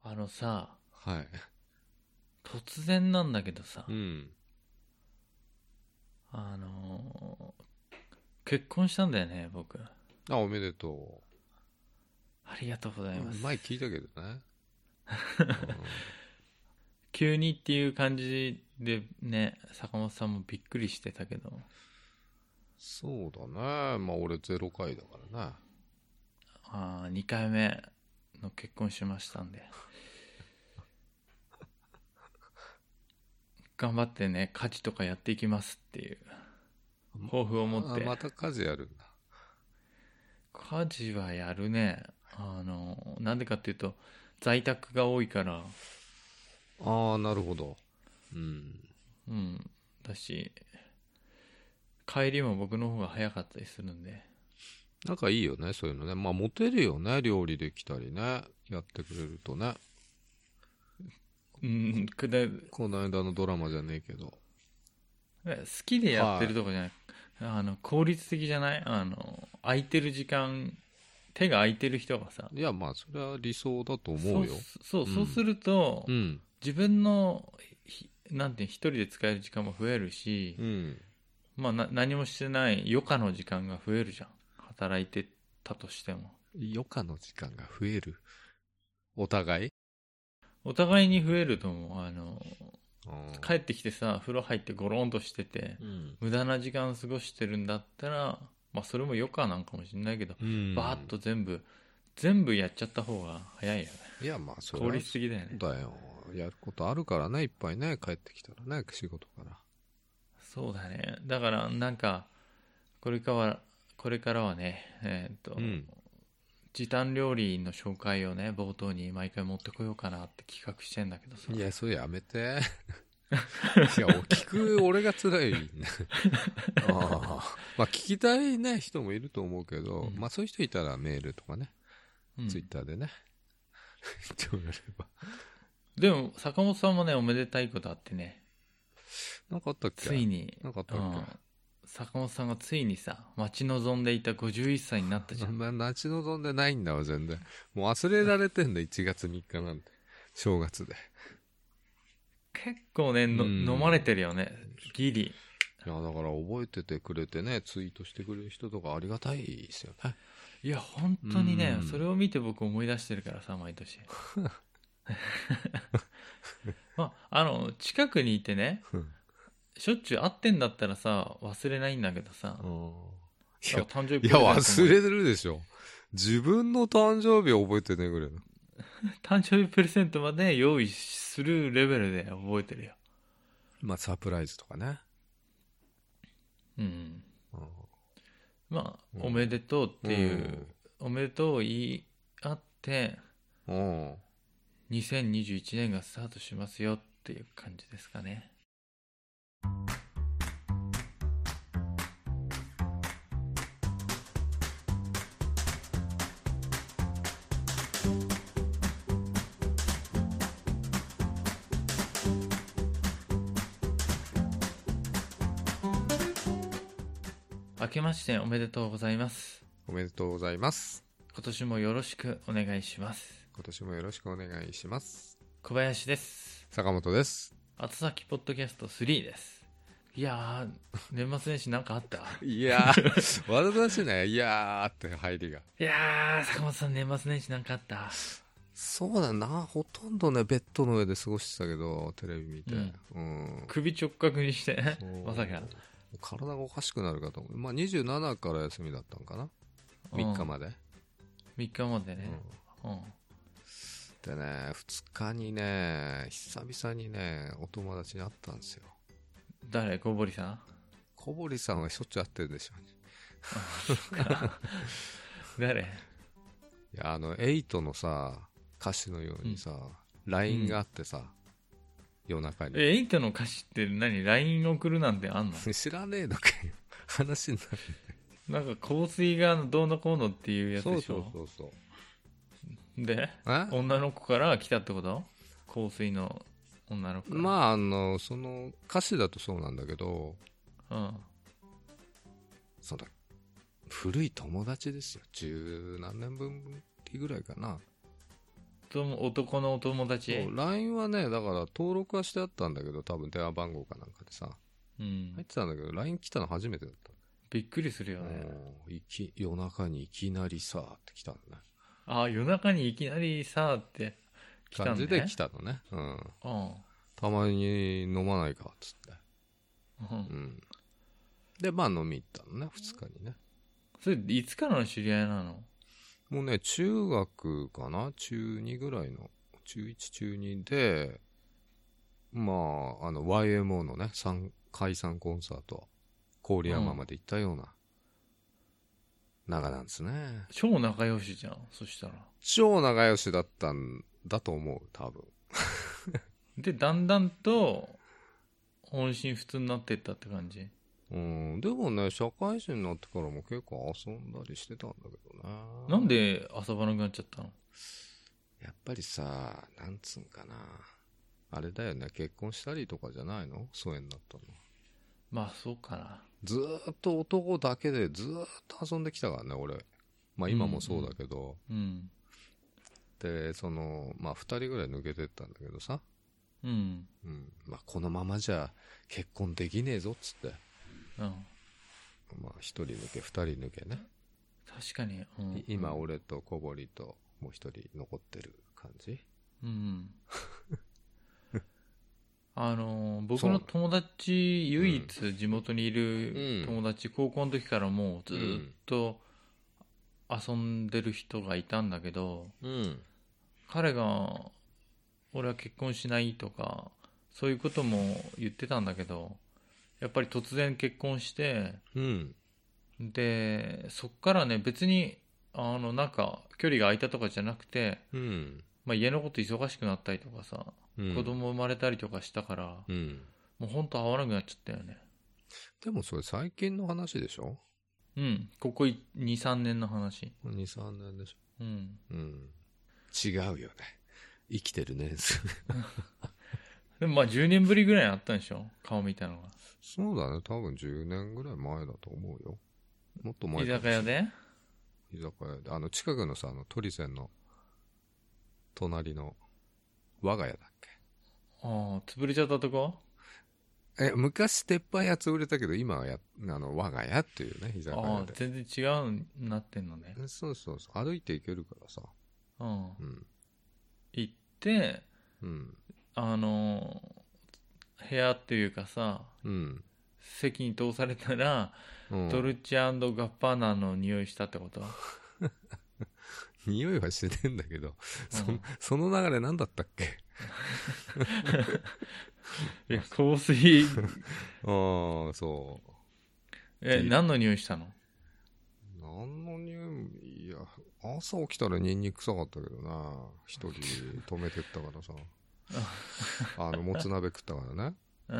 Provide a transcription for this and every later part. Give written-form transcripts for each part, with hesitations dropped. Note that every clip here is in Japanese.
あのさ、 はい。 突然なんだけどさ、 うん。 あのー結婚したんだよね、僕。 あ、おめでとありがとうござう。 います。 前聞いたけどね。うん。 急にっていう感じでね、坂本さんもびっくりしてたけど、 そうだね。まあ俺0回だからね。 2回目の結婚しましたんで、頑張ってね、家事とかやっていきますっていう抱負を持っあ、 て、 また家事やるんだ。 家事はやるね。なんでかっていうと、在宅が多いから、 ああ、なるほど。うん。 うん、だし、帰りも僕の方が早かったりするんで、 なんかいいよね、そういうのね。まあモテるよね、料理できたりね。やってくれるとね。 うん、 この間のドラマじゃねえけど。 好きでやってはるとかじゃない。効率的じゃない。空いてる時間、手が空いてる人がさ、 い。いや、まあそれは理想だと思そう、 うよ。うん。 そうすると、 うん。 自分の、なんていう一人で使える時間も増えるし、 うん。 まあ何もしてない余暇の時間が増えるじゃん。働いてたとしても。 余暇の時間が増える。お互い。 お互いに増えると思う。 うん。 帰ってきてさ、風呂入ってゴロンとしてて、 うん。 無駄な時間過ごしてるんだったら、まあそれも余暇なんかもしれないけど、 うバーッん。 と全部やっちゃった方が早いよね。 いや、まあ、そり効ゃそ率的だよね。 うだよ。やることあるからね、いっぱいね、帰ってきたらね、仕事から。 そうだね。だからなんか、これからは、これからはね、 うん。 時短料理の紹介をね、冒頭に毎回持ってこようかなって企画してんだけどさ。 いや、それやめて。いや、聞く俺が辛いね。ああ。まあ、聞きたいね、人もいると思うけど、 うん。 まあ、そういう人いたらメールとかね、ツイッうん。 ターでね、言ってもらえれば。 でも、坂本さんもね、おめでたいことあってね、 なんかあったっけ？ ついに、 なんかあったっけ？ うん、坂本さんがついにさ、待ち望んでいた51歳になったじゃん。 待ち望んでないんだわ、全然。もう忘れられてんだ、1月3日なんて。正月で。 結構ね、 う飲まれん。 てるよね、ギリ。 いや、だから覚えててくれてね、ツイートしてくれる人とかありがたいですよね。 いや、本う当にね、それん。 を見て僕思い出してるからさ、毎年。まあ、近くにいてね、しょっちゅう会ってんだったらさ、忘れないんだけどさ、 うん。いや、 だから誕生日いや、 プレゼントも、 忘れてるでしょ。自分の誕生日覚えてねくれるの。 誕生日プレゼントまで用意するレベルで覚えてるよ。 まあ、サプライズとかね。 うん。 うまあ、 ん。 おめでとうっていう、 うん。 おめでとうを言い合って、 うん。 2021年がスタートしますよっていう感じですかね。明けましておめでとうございます。 おめでとうございます。 今年もよろしくお願いします。 今年もよろしくお願いします。 小林です。 坂本です。 後先ポッドキャスト3です。いやー、年末年始なんかあった？ いやー、わざとらしいね。いやーって入りが。 いやー、坂本さん年末年始なんかあった？ そうだな。ほとんどね、ベッドの上で過ごしてたけど、テレビ見て。 うん。 うん。 首直角にしてそう。 まさか。 体がおかしくなるかと思う。まあ、27から休みだったんかな。3日うん。 まで。 3日までね。 うん。 うん。 でね、2日にね、久々にね、お友達に会ったんですよ。 誰？小堀さん？ 小堀さんはしょっちゅう会ってるでしょうね。 誰？ いや、エイトのさ、歌詞のようにさ、 う LINE があん。 ってさ、夜中に。 エイトの歌詞って何？ LINE 送るなんてあんの？ 知らねえのかよ。話になる。 なんか香水がどうのこうのっていうやつそうそうでしょ？ そうそう。 で、 え女の子から来たってこと？香水の女の子から。 まあ、その歌詞だとそうなんだけど、 うん。 その古い友達ですよ。十何年分ぐらいかな。 男のお友達。 そう LINE はねだから登録はしてあったんだけど多分電話番号かなんかでさうん入ってたんだけど LINE 来たの初めてだったびっくりするよね。 夜中にいきなりさって来たのねああ、夜中にいきなりさって来たんね。 感じで来たのねうんうんたまに飲まないかっつってうんうんでまあ飲み行ったのね2日にねそれいつからの知り合いなの？ もうね中学かな中2ぐらいの中1中2でまあYMO のね解散コンサート郡山まで行ったような仲なんですね、 超仲良しじゃん。そしたら超仲良しだったんだと思う多分でだんだんと音信不通になっていったって感じ。 うんでもね社会人になってからも結構遊んだりしてたんだけどねなんで遊ばなくなっちゃったの？ やっぱりさなんつうんかなあれだよね結婚したりとかじゃないの疎遠になったのまあそうかな。 ずーっと男だけでずーっと遊んできたからね俺まあ今もそうだけど、 うんでまあ2人ぐらい抜けてったんだけどさ、 うんまあこのままじゃ結婚できねえぞっつってうんまあ1人抜け2人抜けね、 確かに、 今俺と小堀ともう1人残ってる感じうん僕の友達唯一地元にいる友達、高校の時からもうずっと遊んでる人がいたんだけど、彼が俺は結婚しないとかそういうことも言ってたんだけどやっぱり突然結婚して、でそっからね別になんか距離が空いたとかじゃなくて、まあ、家のこと忙しくなったりとかさ、子供生まれたりとかしたから、もうほんと会わなくなっちゃったよね。 でもそれ最近の話でしょ？ ここ2、3年の話。 2、3年でしょ？違うよね生きてる年数でもまあ10年ぶりぐらいに会ったんでしょ顔見たのが。 そうだね多分10年ぐらい前だと思うよもっと前居酒屋で居酒屋で近くのさトリセンの隣の我が家だっけ潰れちゃったとこ？ 昔鉄板屋潰れたけど今は我が家っていうね居酒屋で全然違うなってんのね。 そう歩いて行けるからさ行って、部屋っていうかさ、席に通されたら、ドルチェ&ガッパーナの匂いしたってこと？ 匂いはしてねえんだけど、その流れ何だったっけいや香水そう何の匂いしたの？ 何の匂いいや朝起きたらニンニク臭かったけどな一人止めてったからさもつ鍋食ったからね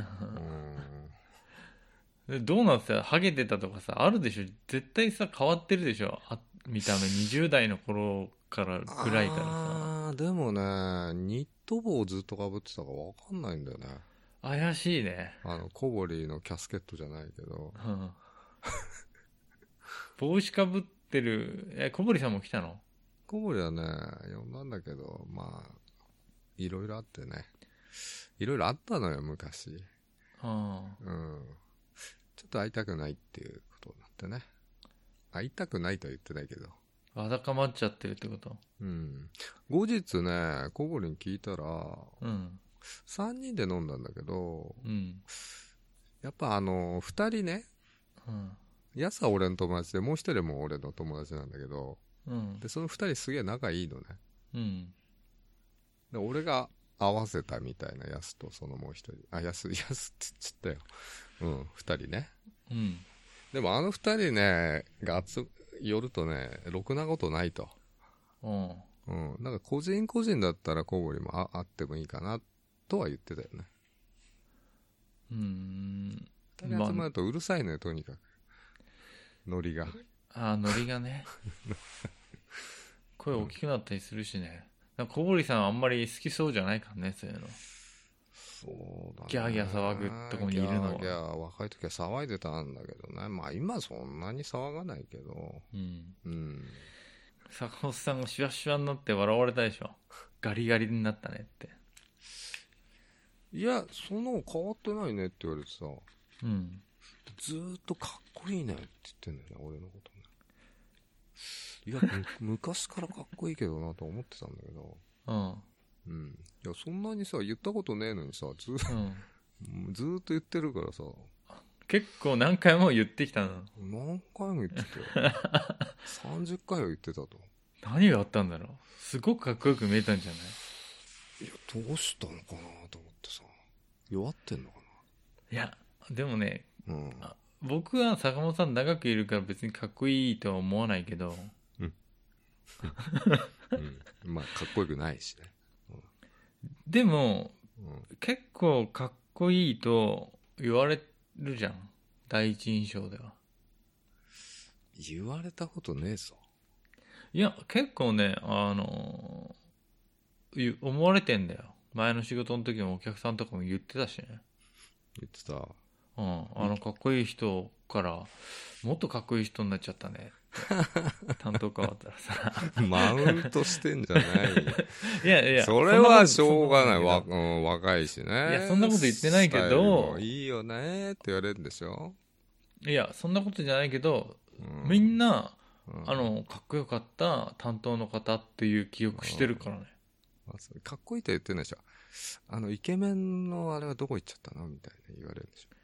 でどうなってた？ハゲてたとかさあるでしょ絶対さ変わってるでしょ見た目20代の頃からぐらいからさでもねニット帽をずっとかぶってたから分かんないんだよね怪しいね小堀のキャスケットじゃないけど、 帽子かぶってる小堀さんも来たの？ 小堀はね呼んだんだけどまあいろいろあってねいろいろあったのよ昔ちょっと会いたくないっていうことになってね会いたくないとは言ってないけどわだかまっちゃってるってこと？ 後日ね小堀に聞いたら、3人で飲んだんだけど、やっぱ2人ね、やすは俺の友達でもう一人も俺の友達なんだけど、でその2人すげえ仲いいのね、で俺が合わせたみたいなやすとそのもう一人やすって言っちゃったよ2人ね、でも2人ねが寄るとねろくなことないと、なんか個人個人だったら小堀も会ってもいいかなとは言ってたよね。2人集まるとうるさいのよとにかくノリがノリがね声大きくなったりするしね小堀さんはあんまり好きそうじゃないからねそういうのそうだねギャーギャー騒ぐとこにいるのはギャーギャー若い時は騒いでたんだけどねまあ今そんなに騒がないけど坂本さんがシュワシュワになって笑われたでしょガリガリになったねって。 いや、そんなの変わってないねって言われてさ、 うん、 ずーっとかっこいいねって言ってんだよね、俺のことね。いや、昔からかっこいいけどなと思ってたんだけど、うん。いや、そんなにさ、言ったことねえのにさ、ずーっと言ってるからさ。 結構何回も言ってきたの。 何回も言ってたよ。30回は言ってたと。 何があったんだろう。すごくかっこよく見えたんじゃない？ いや、どうしたのかなと思ってさ。弱ってんのかな。いや、でもね、 うん、 僕は坂本さん長くいるから別にかっこいいとは思わないけど。 うん。うん、まあ、かっこよくないしね。うん、 でも、結構かっこいいと言われるじゃん。第一印象では。 言われたことねえぞ。 いや、結構ね、思われてんだよ。前の仕事の時もお客さんとかも言ってたしね。 言ってた。 かっこいい人からもっとかっこいい人になっちゃったねって担当変わったらさマウントしてんじゃないいやいや、 それはしょうがない。若いしね。いや、そんなこと言ってないけど、 いいよねって言われるんでしょ。いや、そんなことじゃないけど、みんな、かっこよかった担当の方っていう記憶してるからね。 かっこいいとは言ってないでしょ。イケメンのあれはどこ行っちゃったのみたいな言われるんでしょ。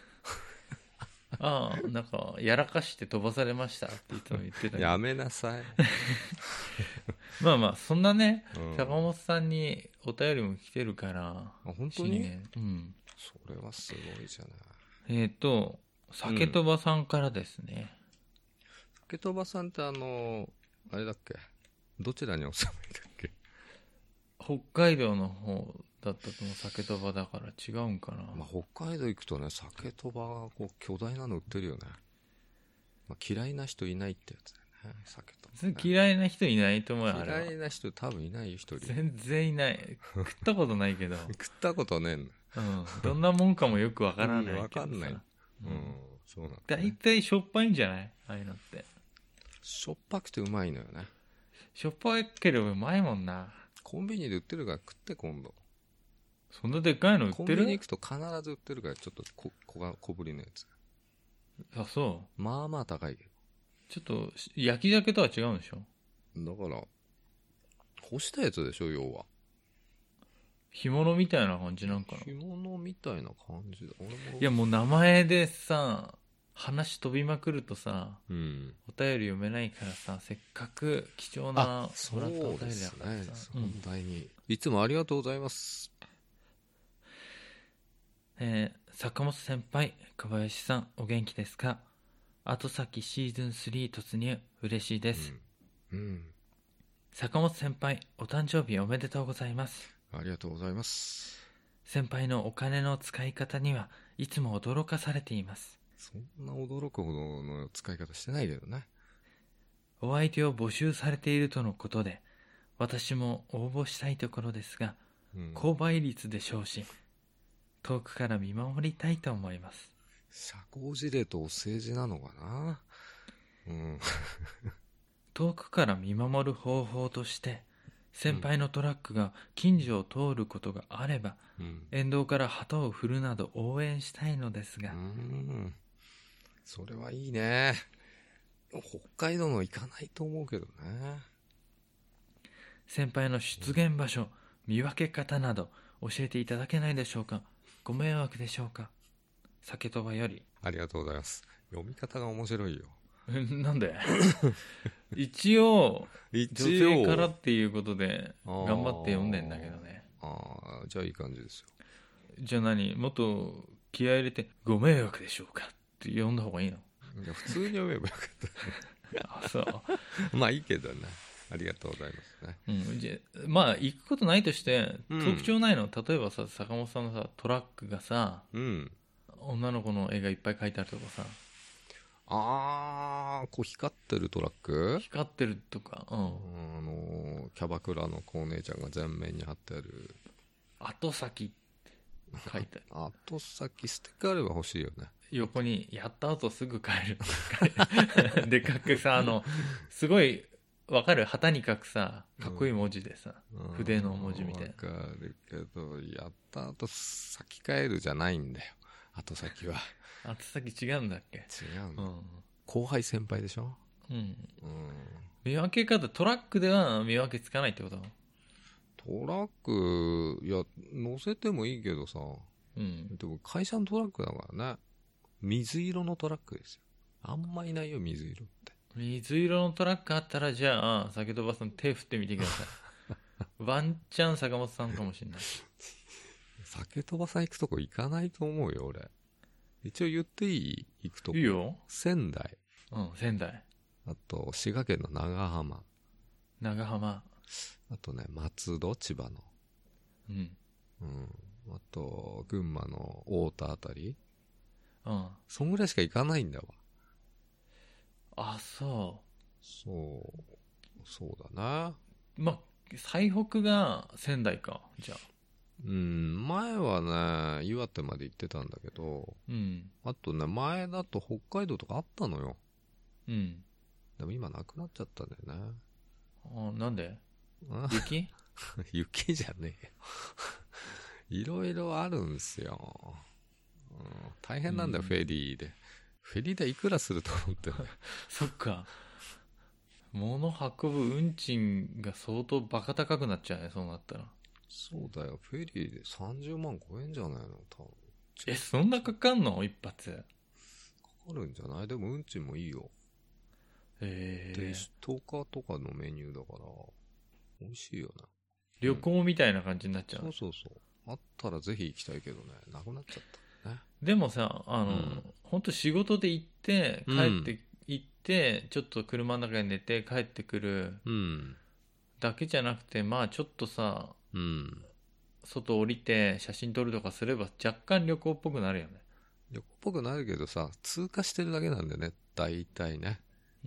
なんかやらかして飛ばされましたっていつも言ってたけどやめなさいまあまあそんなね、坂本さんにお便りも来てるから。 本当に、 ね、うん、 それはすごいじゃない。 酒とばさんからですね。 酒とばさんってあれだっけ、どちらにお住まいだっけ。 北海道の方だったと思う。酒とばだから違うんかな。 まあ、北海道行くとね、酒とばがこう巨大なの売ってるよね。まあ、嫌いな人いないってやつだよね、酒とば、ね。 嫌いな人いないと思うよ。 嫌いな人多分いないよ、一人。 全然いない。食ったことないけど食ったことねえんだ。 どんなもんかもよくわからないけどさ。 わかんない。そうなんだ、ね。 大体しょっぱいんじゃない？ああいうのって。 しょっぱくてうまいのよね。 しょっぱければうまいもんな。 コンビニで売ってるから食って今度。 そんなでっかいの売ってる？コンビニ行くと必ず売ってるから、ちょっと小ぶりのやつ。 あ、そう。 まあまあ高いけど。 ちょっと焼き鮭とは違うんでしょ？ だから干したやつでしょ、要は。 干物みたいな感じなんかな。 干物みたいな感じだ。 いやもう名前でさ、話飛びまくるとさ、 お便り読めないからさ、せっかく貴重なもらったお便りだからさ。 本題に、いつもありがとうございます。 坂本先輩、小林さん、お元気ですか？後先シーズン3突入、嬉しいです。坂本先輩、お誕生日おめでとうございます。 ありがとうございます。 先輩のお金の使い方にはいつも驚かされています。 そんな驚くほどの使い方してないけどね。 お相手を募集されているとのことで、私も応募したいところですが、高倍率で勝し、遠くから見守りたいと思います。 社交辞令とお世辞なのかな。 遠くから見守る方法として、先輩のトラックが近所を通ることがあれば、沿道から旗を振るなど応援したいのですが。 それはいいね。北海道の行かないと思うけどね。 先輩の出現場所、見分け方など教えていただけないでしょうか？ご迷惑でしょうか？酒とばより。 ありがとうございます。読み方が面白いよ。 なんで一応女性からっていうことで頑張って読んでんだけどね。 じゃあいい感じですよ。 じゃあもっと気合い入れてご迷惑でしょうかって読んだ方がいいの？ いや普通に読めばよかったそうまあいいけどね。ありがとうございますね。 じゃまあ行くことないとして特徴ないの？例えばさ、坂本さんのさトラックがさ、女の子の絵がいっぱい描いてあるとかさ、 こう光ってるトラック？ 光ってるとか、 キャバクラのお姉ちゃんが全面に貼ってある後先って書いてある後先ステッカーあれば欲しいよね。 横にやった後すぐ帰るでかくさ、すごいわかる？旗に書くさ、かっこいい文字でさ、筆の文字みたいな。 わかるけど、やった後先帰るじゃないんだよ。後先は。 後先違うんだっけ？ 違うの。後輩先輩でしょ？ 見分け方、トラックでは見分けつかないってこと？ トラック、いや、乗せてもいいけどさ、でも会社のトラックだからね。水色のトラックですよ。あんまいないよ、水色って。 水色のトラックあったら、じゃあ、酒飛ばさん手振ってみてください。ワンチャン坂本さんかもしれない。 酒飛ばさん行くとこ行かないと思うよ、俺。一応言っていい？行くとこ。 いいよ。 仙台。 仙台。 あと、滋賀県の長浜。 長浜。 あとね、松戸、千葉の。あと、群馬の太田あたり。そんぐらいしか行かないんだわ。 あ、そう。 そうだな。 まあ、最北が仙台か、じゃあ。 前はね、岩手まで行ってたんだけど、あとね、前だと北海道とかあったのよ。でも今なくなっちゃったんだよね。 なんで？雪？ 雪じゃねえよ。いろいろあるんすよ。大変なんだよ、フェリーで。フェリーでいくらすると思ってる？ そっか。物運ぶ運賃が相当バカ高くなっちゃうね、そうなったら。 そうだよ、フェリーで30万超えんじゃないの多分。 そんなかかんの？一発。かかるんじゃない？でも運賃もいいよ。で、10日とかのメニューだから、美味しいよね。 旅行みたいな感じになっちゃう。 そう。あったらぜひ行きたいけどね、なくなっちゃったね。 でもさ、本当仕事で行って、帰って行って、ちょっと車の中に寝て帰ってくるだけじゃなくて、まあちょっとさ、外降りて写真撮るとかすれば若干旅行っぽくなるよね。 旅行っぽくなるけどさ、通過してるだけなんだよね、大体ね。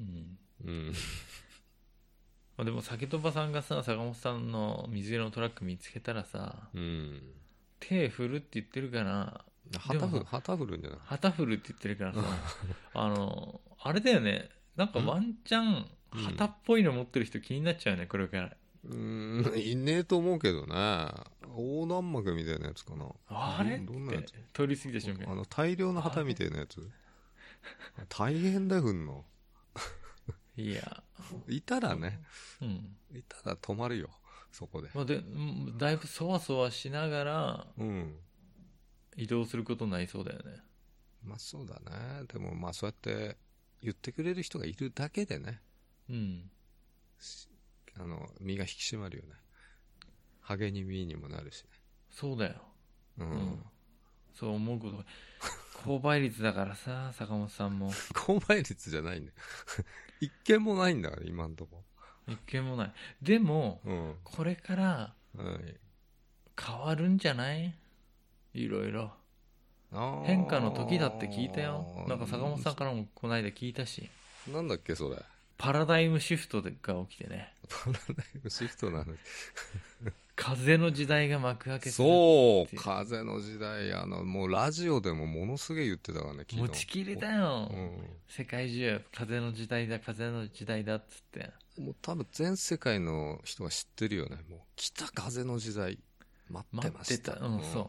でも酒飛ばさんがさ、坂本さんの水色のトラック見つけたらさ、手振るって言ってるから、 旗振るんじゃない？ 旗振るって言ってるからさ、あれだよね、なんかワンチャン旗っぽいの持ってる人気になっちゃうね、これから。 いねえと思うけどね。横断幕みたいなやつかな。 あれどんなやつ？通り過ぎた瞬間。 大量の旗みたいなやつ。大変だよ、振んの。 いや。 いたらね。いたら止まるよ、そこで。 だいぶそわそわしながら、移動することになりそうだよね。 まあそうだね。でもまあそうやって言ってくれる人がいるだけでね。身が引き締まるよね。励みにもなるしね。 そうだよ。そう思うことが。購買率だからさ、坂本さんも。 購買率じゃないんだよ。一件もないんだから、今んとこ。 一件もない。でも、これから変わるんじゃない？いろいろ。変化の時だって聞いたよ。なんか坂本さんからもこの間聞いたし。 なんだっけそれ。 パラダイムシフトが起きてね。 パラダイムシフトなの。 風の時代が幕開けする。 そう、風の時代。もうラジオでもものすげえ言ってたからね、 持ちきりだよ。世界中、風の時代だ、風の時代だっつって。 もう多分全世界の人が知ってるよね。もう来た風の時代。待ってました。 そう。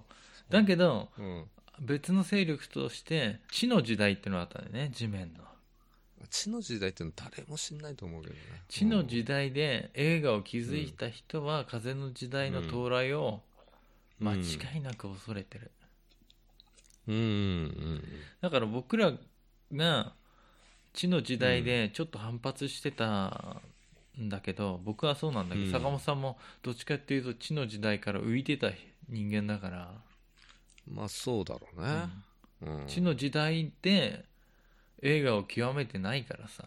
だけど、別の勢力として、地の時代ってのがあったんだよね、地面の。 地の時代ってのは誰も知んないと思うけどね。 地の時代で映画を築いた人は、風の時代の到来を間違いなく恐れてる。だから僕らが地の時代でちょっと反発してたんだけど、僕はそうなんだけど、坂本さんもどっちかっていうと地の時代から浮いてた人間だから。 まあそうだろうね。 地の時代で映画を極めてないからさ。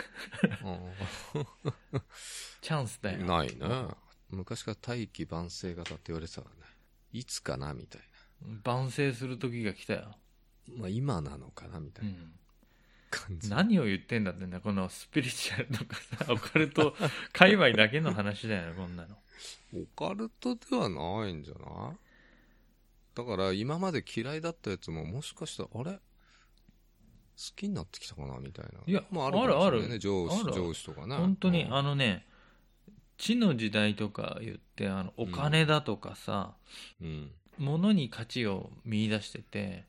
チャンスだよ。 ないな。昔から大器晩成型って言われてたからね。いつかなみたいな。晩成する時が来たよ。 まあ今なのかなみたいな感じ。 何を言ってんだってね、このスピリチュアルとかさ、オカルト界隈だけの話だよね、こんなの。 オカルトではないんじゃない？だから今まで嫌いだったやつももしかしたら、あれきになってきたかなみたいな。 いや、 まあ、あるかもしれないね、上司とかね。 本当に、地の時代とか言って、お金だとかさ、物に価値を見出してて、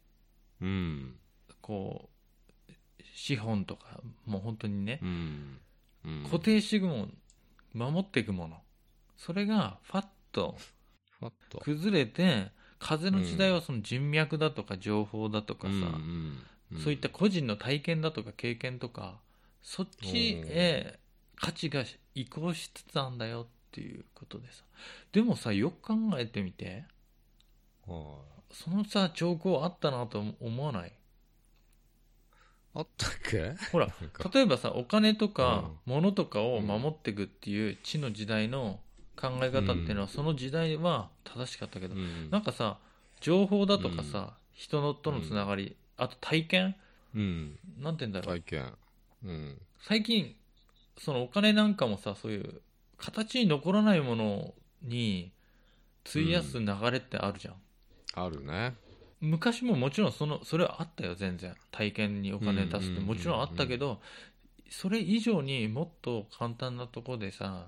こう、資本とか、もう本当にね、固定していくもの、守っていくもの。それが、ファッと崩れて、風の時代はその人脈だとか情報だとかさ、そういった個人の体験だとか経験とか、そっちへ価値が移行しつつあるんだよっていうことでさ。でもさ、よく考えてみて、そのさ、兆候あったなと思わない？ あったっけ？ ほら、例えばさ、お金とか物とかを守っていくっていう地の時代の考え方っていうのは、その時代は正しかったけど、なんかさ、情報だとかさ、人とのつながり、あと体験、なんて言うんだろう。 体験。 最近、そのお金なんかもさ、そういう形に残らないものに費やす流れってあるじゃん。 あるね。 昔ももちろんそれはあったよ、全然。体験にお金出すってもちろんあったけど、それ以上にもっと簡単なところでさ、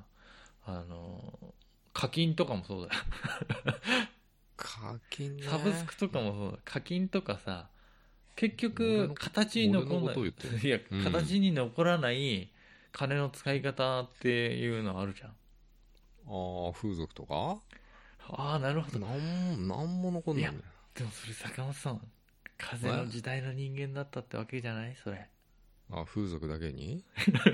課金とかもそうだよ。 課金ね。 サブスクとかもそうだ。課金とかさ、結局形に残らない、いや、形に残らない金の使い方っていうのあるじゃん。 ああ、風俗とか？ ああ、なるほど。 なんも残んないんだよ。 でもそれ坂本さん、風の時代の人間だったってわけじゃない？それ。 あ、風俗だけに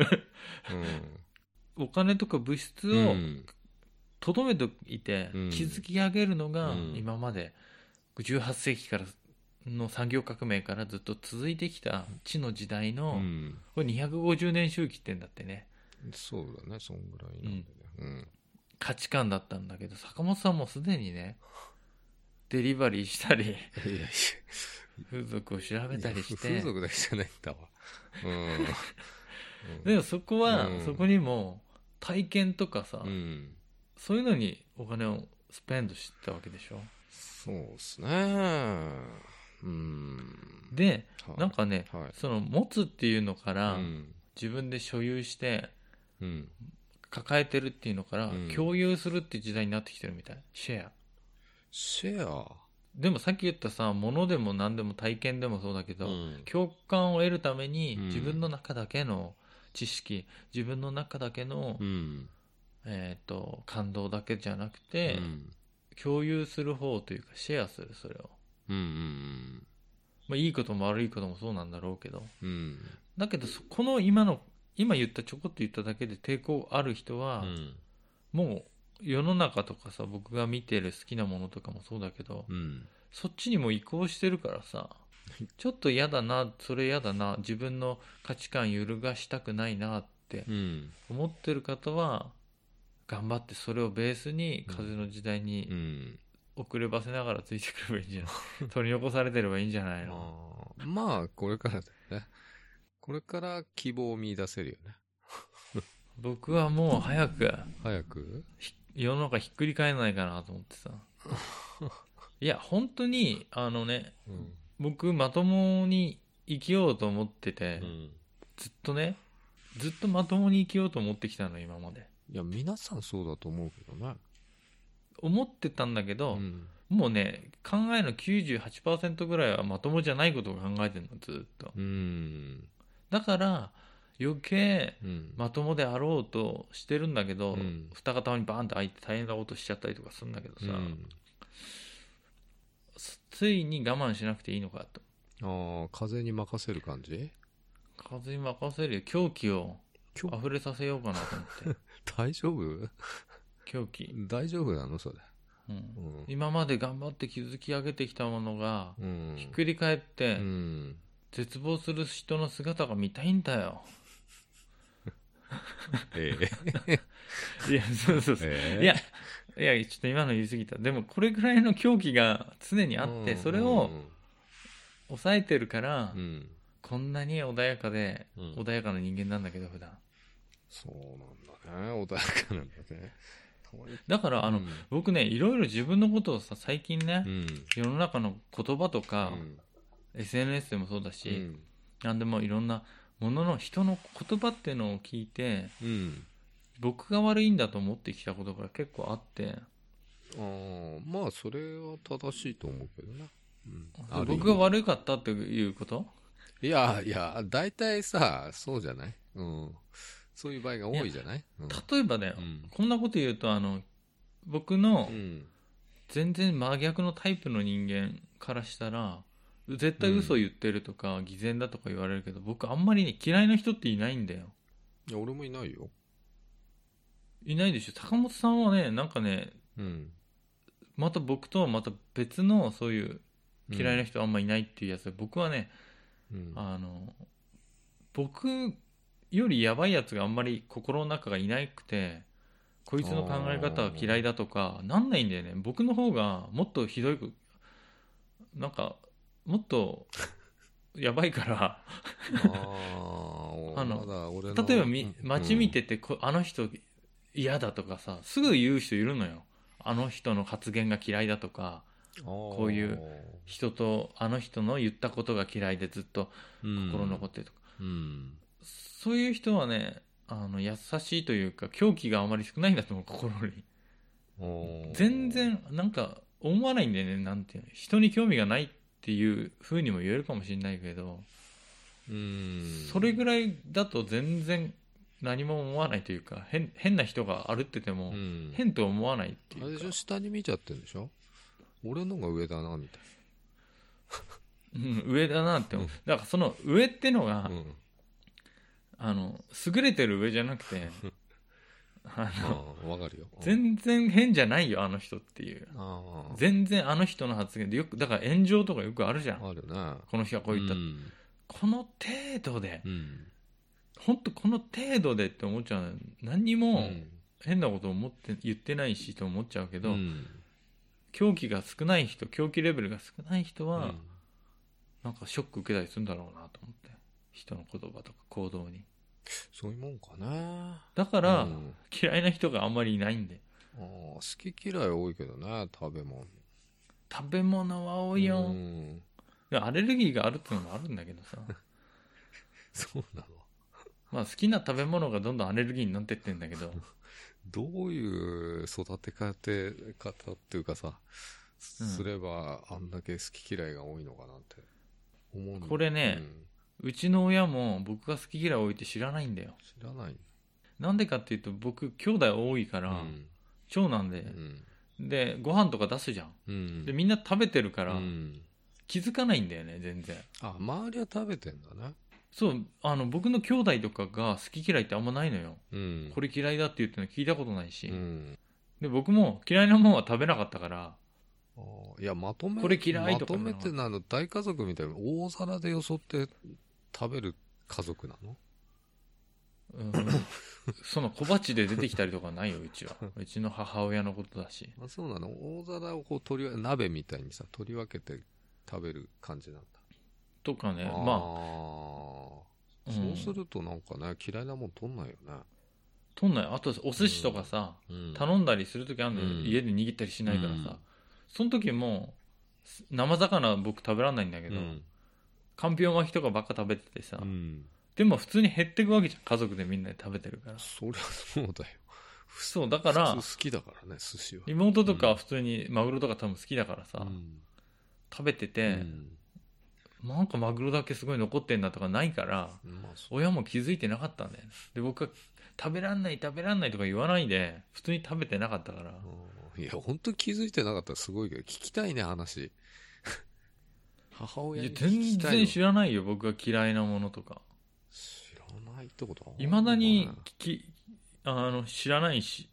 お金とか物質をとどめていて、築き上げるのが今まで18世紀からの産業革命からずっと続いてきた地の時代の、これ250年周期ってんだってね。 そうだね、そんぐらいなんでね。 価値観だったんだけど、坂本さんもすでにね、デリバリーしたり、風俗を調べたりして。 風俗だけじゃないんだわ。 でもそこは、そこにも体験とかさ、そういうのにお金をスペンドしてたわけでしょ。 そうですね。 で、なんかね、その持つっていうのから、自分で所有して、抱えてるっていうのから、共有するっていう時代になってきてるみたい。シェアでもさっき言ったさ、物でも何でも体験でもそうだけど、共感を得るために自分の中だけの知識、自分の中だけの、感動だけじゃなくて、共有する方というかシェアする、それを。まあ、いいことも悪いこともそうなんだろうけど、だけどこの今言ったちょこっと言っただけで抵抗ある人は、もう世の中とかさ、僕が見てる好きなものとかもそうだけど、そっちにも移行してるからさ、ちょっと嫌だな、それ嫌だな、自分の価値観揺るがしたくないなって思ってる方は、頑張ってそれをベースに風の時代に遅ればせながらついてくればいいんじゃない取り残されてればいいんじゃないの。 まあこれからだよね。これから希望を見出せるよね。 僕はもう早く世の中ひっくり返らないかなと思ってさ。いや本当に僕まともに生きようと思ってて、ずっとまともに生きようと思ってきたの今まで。 いや皆さんそうだと思うけどね。 思ってたんだけど、もうね、考えの 98% ぐらいはまともじゃないことを考えてるの、ずっと。だから余計まともであろうとしてるんだけど、蓋がたまにバーンと開いて大変なことしちゃったりとかするんだけどさ、ついに我慢しなくていいのかと。 風に任せる感じ？ 風に任せるよ。狂気を溢れさせようかなと思って。 大丈夫？ 狂気大丈夫なのそれ、 今まで頑張って築き上げてきたものが、ひっくり返って、絶望する人の姿が見たいんだよ。いやそうそうそう、いやちょっと今の言い過ぎた。でもこれぐらいの狂気が常にあって、それを抑えてるから、こんなに穏やかな人間なんだけど普段。 そうなんだね、穏やかなんだね。 だから僕ね、いろいろ自分のことをさ、最近ね、世の中の言葉とか、SNS でもそうだし、 何でもいろんなものの人の言葉っていうのを聞いて、うん、僕が悪いんだと思ってきたことが結構あって。 まあそれは正しいと思うけどね、 うん、僕が悪かったっていうこと？ いやいや、大体さそうじゃない、うん、そういう場合が多いじゃない、うん、 例えばね、こんなこと言うと僕の全然真逆のタイプの人間からしたら絶対嘘言ってるとか、偽善だとか言われるけど、僕あんまりね嫌いな人っていないんだよ。 いや俺もいないよ。 いないでしょ。坂本さんはね、なんかね、また僕とはまた別のそういう嫌いな人あんまいないっていうやつで、僕はね、僕よりやばいやつがあんまり心の中がいなくて、こいつの考え方は嫌いだとかなんないんだよね。僕の方がもっとひどい、なんかもっとやばいから例えば街見てて、あの人嫌だとかさ、すぐ言う人いるのよ。あの人の発言が嫌いだとか、こういう人とあの人の言ったことが嫌いでずっと心残ってるとか、そういう人はね、優しいというか狂気があまり少ないんだと思う、心に。全然なんか思わないんだよね。なんていうの、人に興味がないっていう風にも言えるかもしれないけど、それぐらいだと全然何も思わないというか、変な人が歩ってても変と思わないっていうか。 あれでしょ、下に見ちゃってるんでしょ。俺のが上だなみたいな、上だなって思う、だからその上ってのが、優れてる上じゃなくてわかるよ。 全然変じゃないよあの人っていう。全然あの人の発言でよく、だから炎上とかよくあるじゃん。 あるね。 この人がこう言った、この程度で、本当この程度でって思っちゃう。何にも変なこと思って言ってないしと思っちゃうけど、狂気が少ない人、狂気レベルが少ない人は、なんかショック受けたりするんだろうなと思って、人の言葉とか行動に。 そういうもんかな。 だから、嫌いな人があんまりいないんで。 好き嫌い多いけどね、食べ物。 食べ物は多いよ。アレルギーがあるっていうのもあるんだけどさそうなの。 まあ好きな食べ物がどんどんアレルギーになってってんだけどどういう育て方っていうかさ、すればあんだけ好き嫌いが多いのかなって思う。 これね、うちの親も僕が好き嫌い多いって知らないんだよ。 知らない。 なんでかっていうと、僕兄弟多いから、長男で、でご飯とか出すじゃん、でみんな食べてるから、気づかないんだよね全然。 周りは食べてんだね。 そう、僕の兄弟とかが好き嫌いってあんまないのよ、これ嫌いだって言ってるの聞いたことないし、で僕も嫌いなもんは食べなかったから。 いや、 これ嫌いとかまとめて大家族みたいに大皿でよそって食べる家族なの？ その小鉢で出てきたりとかないようちは。うちの母親のことだし。 そうなの。大皿をこう鍋みたいにさ取り分けて食べる感じなんだとかね。 そうするとなんかね、嫌いなもん取んないよね。 取んない。あとお寿司とかさ、頼んだりするときあるのよ、家で握ったりしないからさ、その時も生魚僕食べらんないんだけど、かんぴょう巻きとかばっか食べててさ、でも普通に減っていくわけじゃん、家族でみんなで食べてるから。 そりゃそうだよ。 そうだから普通好きだからね、寿司は。 妹とかは普通にマグロとか多分好きだからさ、食べてて、なんかマグロだけすごい残ってんだとかないから、親も気づいてなかったんだよね。で僕は食べらんないとか言わないで普通に食べてなかったから。 いや本当に気づいてなかったらすごいけど、聞きたいね話母親に聞きたい。 全然知らないよ僕が嫌いなものとか。 知らないってことは、 いまだに知らないし、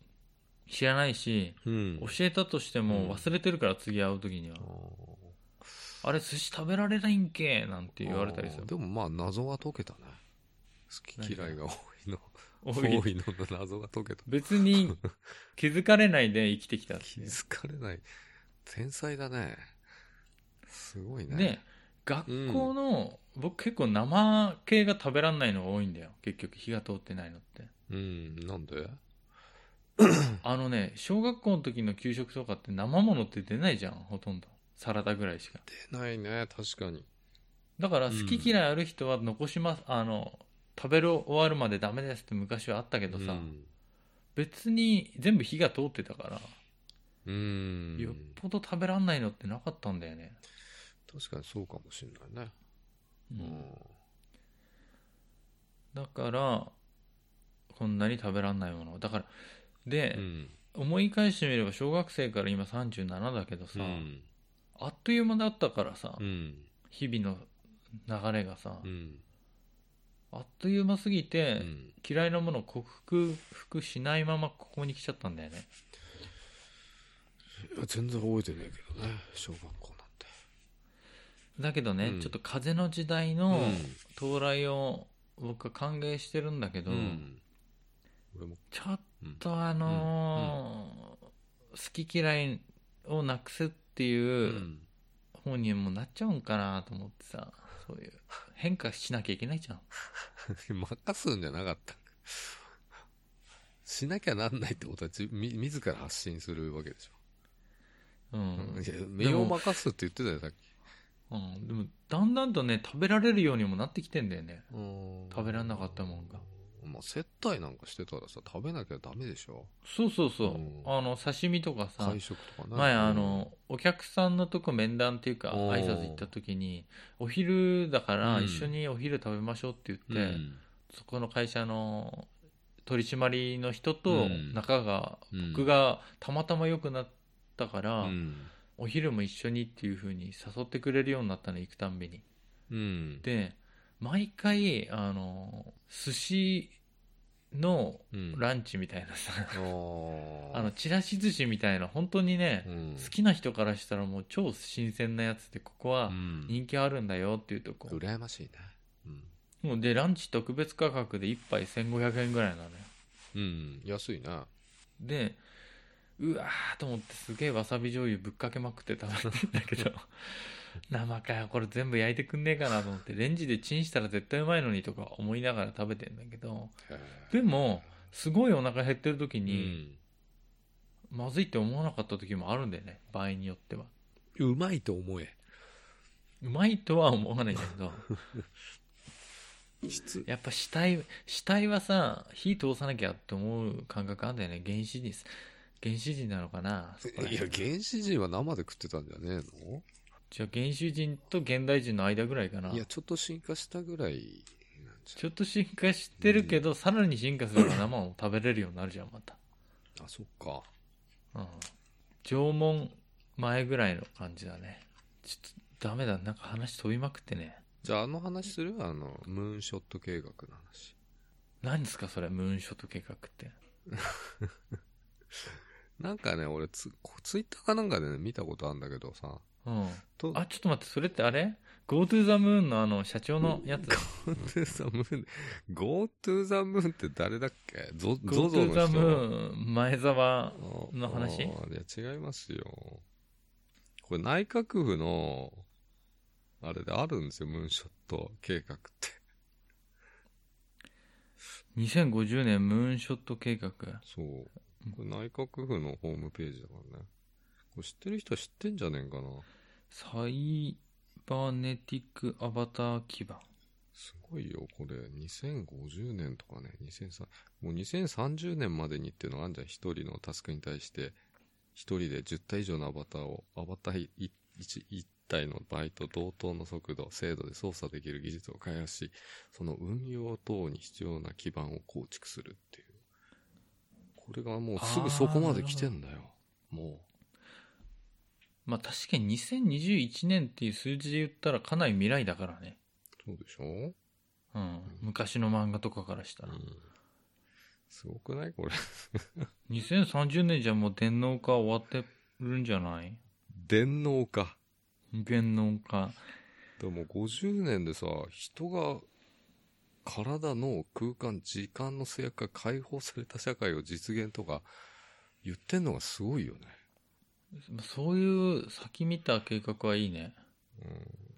教えたとしても忘れてるから、次会う時には、あれ寿司食べられないんけなんて言われたりする。 でもまあ謎が解けたね。好き嫌いが多いの謎が解けた。 別に気づかれないで生きてきたって気づかれない。天才だね。すごいね。 で学校の、僕結構生系が食べらんないのが多いんだよ、結局火が通ってないのって。 なんで？ 小学校の時の給食とかって生ものって出ないじゃん、ほとんどサラダぐらいしか出ないね。確かにだから好き嫌いある人は残します、食べ終わるまでダメですって昔はあったけどさ、別に全部火が通ってたから、よっぽど食べらんないのってなかったんだよね。 確かにそうかもしれないね。 だからこんなに食べらんないものだからで、思い返してみれば小学生から今37だけどさ、あっという間だったからさ、日々の流れがさ、あっという間すぎて、嫌いなものを克服しないままここに来ちゃったんだよね。 いや全然覚えてないけどね、小学校なんて。 だけどね、ちょっと風の時代の到来を僕は歓迎してるんだけど、俺もちょっと好き嫌いをなくすっていう方にもなっちゃうんかなと思ってさ、そういう変化しなきゃいけないじゃん。 任すんじゃなかった。しなきゃなんないってことは自ら発信するわけでしょ。いや目を任すって言ってたよさっき。 でもだんだんとね食べられるようにもなってきてんだよね。食べられなかったもんが。 まあ、接待なんかしてたらさ食べなきゃダメでしょ。 そうそうそう、刺身とかさ、 会食とかね、 前お客さんのとこ面談っていうか挨拶行った時にお昼だから一緒にお昼食べましょうって言って、そこの会社の取締の人と仲が、僕がたまたま良くなったから、お昼も一緒にっていう風に誘ってくれるようになったの、行くたんびに。で毎回寿司のランチみたいなさ、ちらし寿司みたいな本当にね、好きな人からしたらもう超新鮮なやつで、ここは人気あるんだよっていうとこ、 羨ましいね。 もうでランチ特別価格で1杯1500円ぐらいなのよ。 安いな。 でうわーと思ってすげえわさび醤油ぶっかけまくって食べてんだけど生かよこれ全部焼いてくんねえかなと思って、レンジでチンしたら絶対うまいのにとか思いながら食べてんだけど、でもすごいお腹減ってる時に、まずいって思わなかった時もあるんだよね、場合によっては。 うまいと思え。 うまいとは思わないんだけどやっぱ死体はさ火通さなきゃって思う感覚あるんだよね。原始人なのかな。 いや原始人は生で食ってたんじゃねえの。 じゃあ原始人と現代人の間ぐらいかな。 いやちょっと進化したぐらいなんじゃ。ちょっと進化してるけど、さらに進化すれば生を食べれるようになるじゃんまた。 あ、そっか。 縄文前ぐらいの感じだね。ちょっとダメだ、なんか話飛びまくってね。 じゃあ話するムーンショット計画の話。 何ですかそれ、ムーンショット計画ってなんかね俺ツイッターかなんかでね見たことあるんだけどさ、 あ、ちょっと待って、それってあれ Go to the Moon の社長のやつ。 Go to the Moon Go to the Moon って誰だっけ。Go to the Moon 前澤の話。いや違いますよ、これ内閣府のあれであるんですよ、ムーンショット計画って 2050年ムーンショット計画。 そう、これ内閣府のホームページだからね。これ知ってる人は知ってんじゃねえかな。 サイバネティックアバター基盤。 すごいよこれ。2050年とかね、もう2030年までにっていうのがあるじゃん。一人のタスクに対して一人で10体以上のアバター 1体の場合と同等の速度精度で操作できる技術を開発し、その運用等に必要な基盤を構築するっていう。これがもうすぐそこまで来てんだよもう。まあ確かに2021年っていう数字で言ったらかなり未来だからね。 そうでしょ。 昔の漫画とかからしたら、 すごくないこれ 2030年じゃもう電脳化終わってるんじゃない。 電脳化でも50年でさ、人が体の空間時間の制約が解放された社会を実現とか言ってんのがすごいよね。 そういう先見た計画はいいね。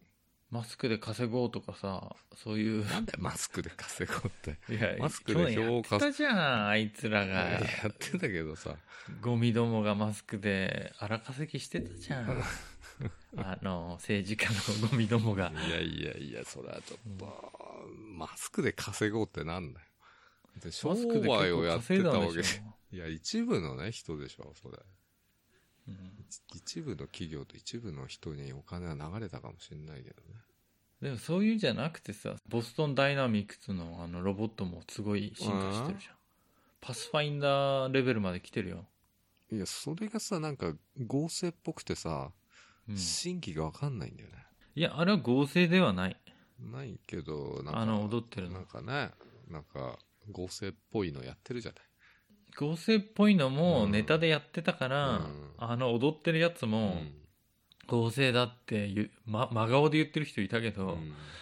マスクで稼ごうとかさ、そういう。 なんだよ、マスクで稼ごうって。 いや、 マスクで票を稼やってたじゃん、あいつらが。 やってたけどさ。 ゴミどもがマスクで荒稼ぎしてたじゃん。政治家のゴミどもが。 いや、それはちょっと、マスクで稼ごうってなんだよ。商売をやってたわけ。いや、一部のね、人でしょ、それ。一部の企業と一部の人にお金は流れたかもしれないけどね。 でもそういうんじゃなくてさ、ボストンダイナミクスのロボットもすごい進化してるじゃん。パスファインダーレベルまで来てるよ。 いや、それがさ、なんか合成っぽくてさ、新規がわかんないんだよね。 いや、あれは合成ではない。 ないけど、なんか踊ってるの。 なんかね、なんか合成っぽいのやってるじゃない。 合成っぽいのもネタでやってたから、踊ってるやつも合成だって真顔で言ってる人いたけど、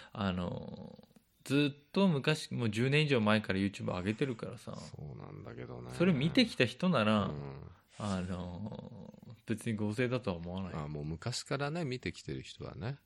ずっと昔、もう10年以上前から YouTube 上げてるからさ。 そうなんだけどね。 それ見てきた人なら、別に合成だとは思わない。 もう昔からね、見てきてる人はね。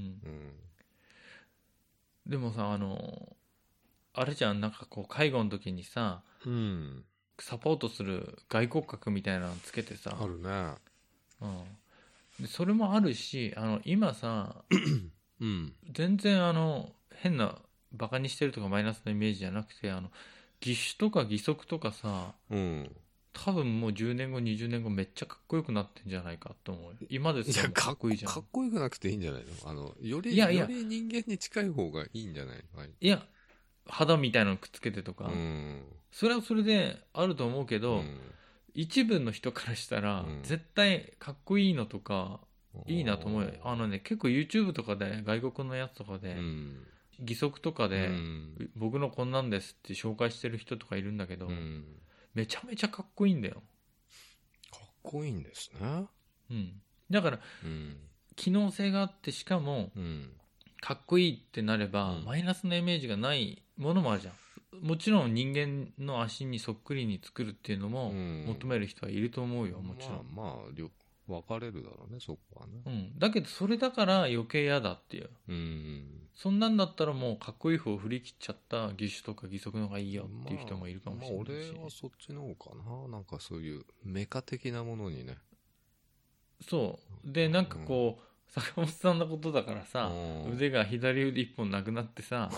でもさ、あれじゃん、なんかこう、介護の時にさ、サポートする外骨格みたいなのつけてさ。 あるね。 でそれもあるし、今さ、全然変な、バカにしてるとかマイナスなイメージじゃなくて、義手とか義足とかさ、多分もう10年後20年後めっちゃかっこよくなってんじゃないかと思う。今ですらかっこいいじゃん。かっこよくなくていいんじゃないの？より人間に近い方がいいんじゃないの？ いや、肌みたいなのくっつけてとか、それはそれであると思うけど、一部の人からしたら、絶対かっこいいのとかいいなと思うよ。結構 YouTube とかで外国のやつとかで、義足とかで、僕のこんなんですって紹介してる人とかいるんだけど、めちゃめちゃかっこいいんだよ。 かっこいいんですね。 だから、機能性があってしかも、かっこいいってなれば、マイナスなイメージがないものもあるじゃん。もちろん人間の足にそっくりに作るっていうのも求める人はいると思うよ、もちろん。 分かれるだろうね、そこはね。 だけどそれだから余計嫌だっていう。そんなんだったらもうかっこいい方を振り切っちゃった義手とか義足の方がいいよっていう人もいるかもしれないし。 俺はそっちの方かな。なんかそういうメカ的なものにね。 そう。で、なんかこう、坂本さんのことだからさ、腕が左腕一本なくなってさ、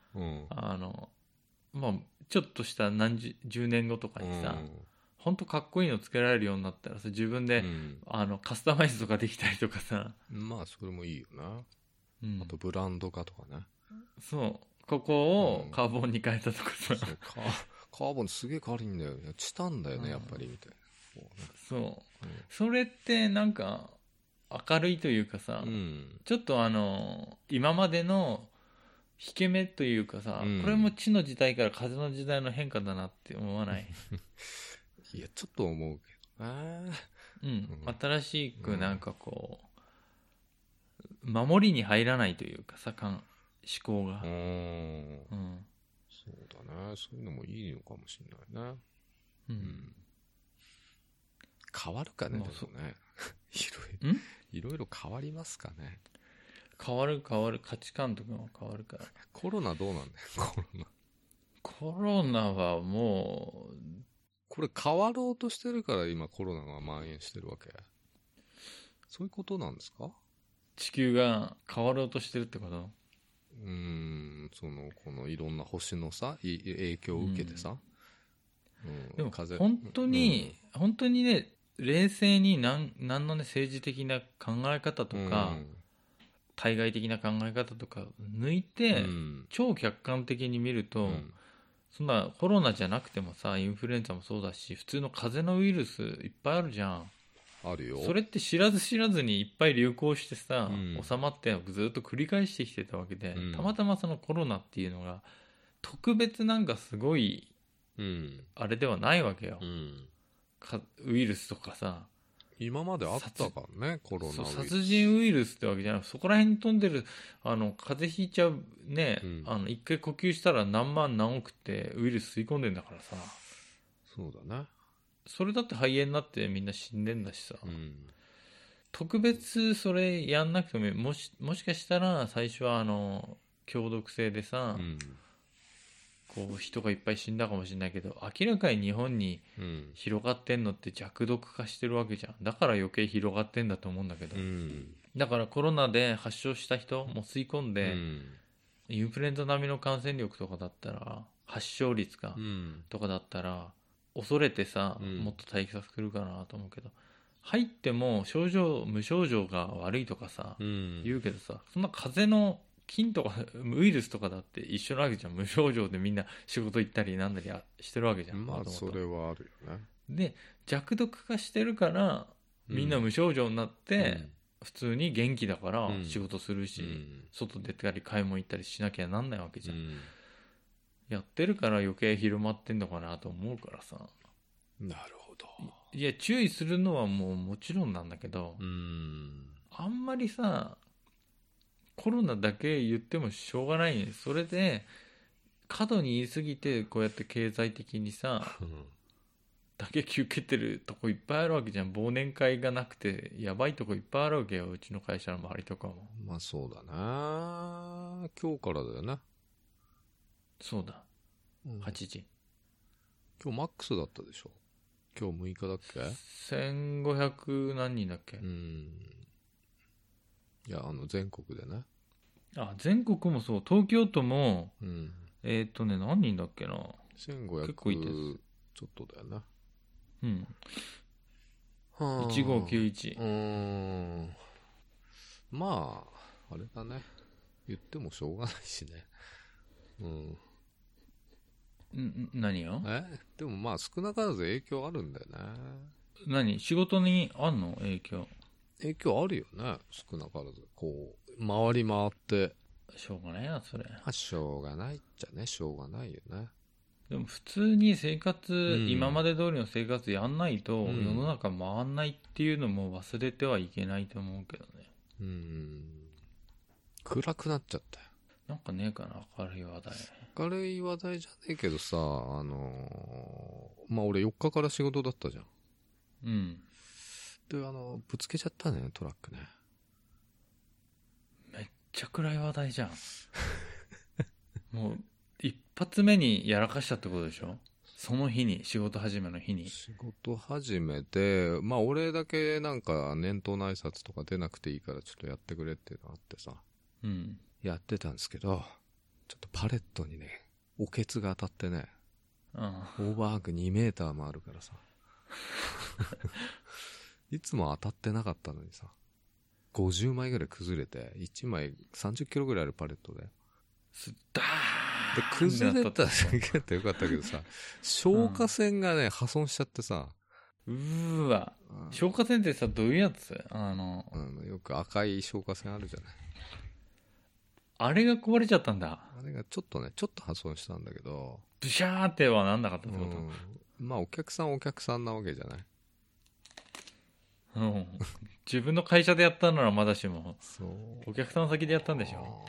ちょっとした10年後とかにさ、本当かっこいいのつけられるようになったらさ、自分で、カスタマイズとかできたりとかさ。 それもいいよな。あとブランド化とかね。 そう。ここをカーボンに変えたとかさ。 カーボンすげえ軽いんだよ。チタンだよね、やっぱり、みたいな。 そう。それってなんか、明るいというかさ、ちょっと今までの引け目というかさ、これも地の時代から風の時代の変化だなって思わない？ いや、ちょっと思うけどね。 新しくなんかこう、守りに入らないというかさ、思考が。 そうだね。そういうのもいいのかもしれないね。変わるかね、でもね。いろいろ変わりますかね。 変わる。価値観とかも変わるから。 コロナどうなんだよ、 コロナはもう、 これ変わろうとしてるから今コロナが蔓延してるわけ？そういうことなんですか？ 地球が変わろうとしてるってこと？ このいろんな星のさ、影響を受けてさ。 でも本当にね、冷静に何のね、政治的な考え方とか、対外的な考え方とか抜いて、超客観的に見ると、そんなコロナじゃなくてもさ、インフルエンザもそうだし、普通の風邪のウイルスいっぱいあるじゃん。 あるよ。 それって知らず知らずにいっぱい流行してさ、収まってずっと繰り返してきてたわけで、たまたまそのコロナっていうのが特別なんかすごい、あれではないわけよ。ウイルスとかさ。 今まであったからね、コロナウイルス。 殺人ウイルスってわけじゃなくて、そこら辺に飛んでる、風邪ひいちゃうね、一回呼吸したら何万何億ってウイルス吸い込んでんだからさ。 そうだね。 それだって肺炎になってみんな死んでんだしさ。 特別それやんなくてももしかしたら最初は強毒性でさ、こう人がいっぱい死んだかもしれないけど、明らかに日本に広がってんのって弱毒化してるわけじゃん。だから余計広がってんだと思うんだけど、だからコロナで発症した人も吸い込んで、インフルエンザ並みの感染力とかだったら、発症率か、とかだったら恐れてさ、もっと対策するかなと思うけど、入っても無症状が悪いとかさ、言うけどさ、そんな風邪の菌とかウイルスとかだって一緒なわけじゃん。無症状でみんな仕事行ったりなんだりしてるわけじゃん。 まあそれはあるよね。 で弱毒化してるからみんな無症状になって、普通に元気だから仕事するし、外出たり買い物行ったりしなきゃなんないわけじゃん。やってるから余計広まってんのかなと思うからさ。 なるほど。 いや注意するのはもちろんなんだけど、あんまりさコロナだけ言ってもしょうがないね。それで過度に言い過ぎてこうやって経済的にさ打撃受けてるとこいっぱいあるわけじゃん。忘年会がなくてやばいとこいっぱいあるわけよ、うちの会社の周りとかも。 まあそうだな、今日からだよね。 そうだ、8時。 今日マックスだったでしょ。今日6日だっけ。 1500何人だっけ。 いや全国でね。 全国もそう。東京都も、何人だっけな。 1500結構いてちょっとだよな。 1591。 まああれだね、言ってもしょうがないしね。 何よ。 でもまあ少なからず影響あるんだよね。 何、仕事にあんの影響。 影響あるよね、少なからず。こう回り回って。 しょうがないなそれ。 しょうがないっちゃね、しょうがないよね。 でも普通に生活、今まで通りの生活やんないと、世の中回んないっていうのも忘れてはいけないと思うけどね。 暗くなっちゃったよ。 なんかねえかな、明るい話題。 明るい話題じゃねえけどさ、まあ俺4日から仕事だったじゃん。でぶつけちゃったね、トラックね。 めっちゃ暗い話題じゃん。もう一発目にやらかしたってことでしょ。その日に、仕事始めの日に。 仕事始めて、まあ俺だけなんか年頭の挨拶とか出なくていいからちょっとやってくれっていうのがあってさ、やってたんですけど、ちょっとパレットにねおけつが当たってね、オーバーハング2メーターもあるからさいつも当たってなかったのにさ、50枚ぐらい崩れて、1枚30キロぐらいあるパレットでダで崩れただけだったらよかったけどさ、消火栓がね、破損しちゃってさ。 わ、消火栓ってさ、どういうやつ？よく赤い消火栓あるじゃない。 あれが壊れちゃったんだ。 あれがちょっと破損したんだけど、 ブシャーってはなんなかったってこと？ まあお客さんなわけじゃない。 自分の会社でやったならまだしも、お客さん先でやったんでしょ。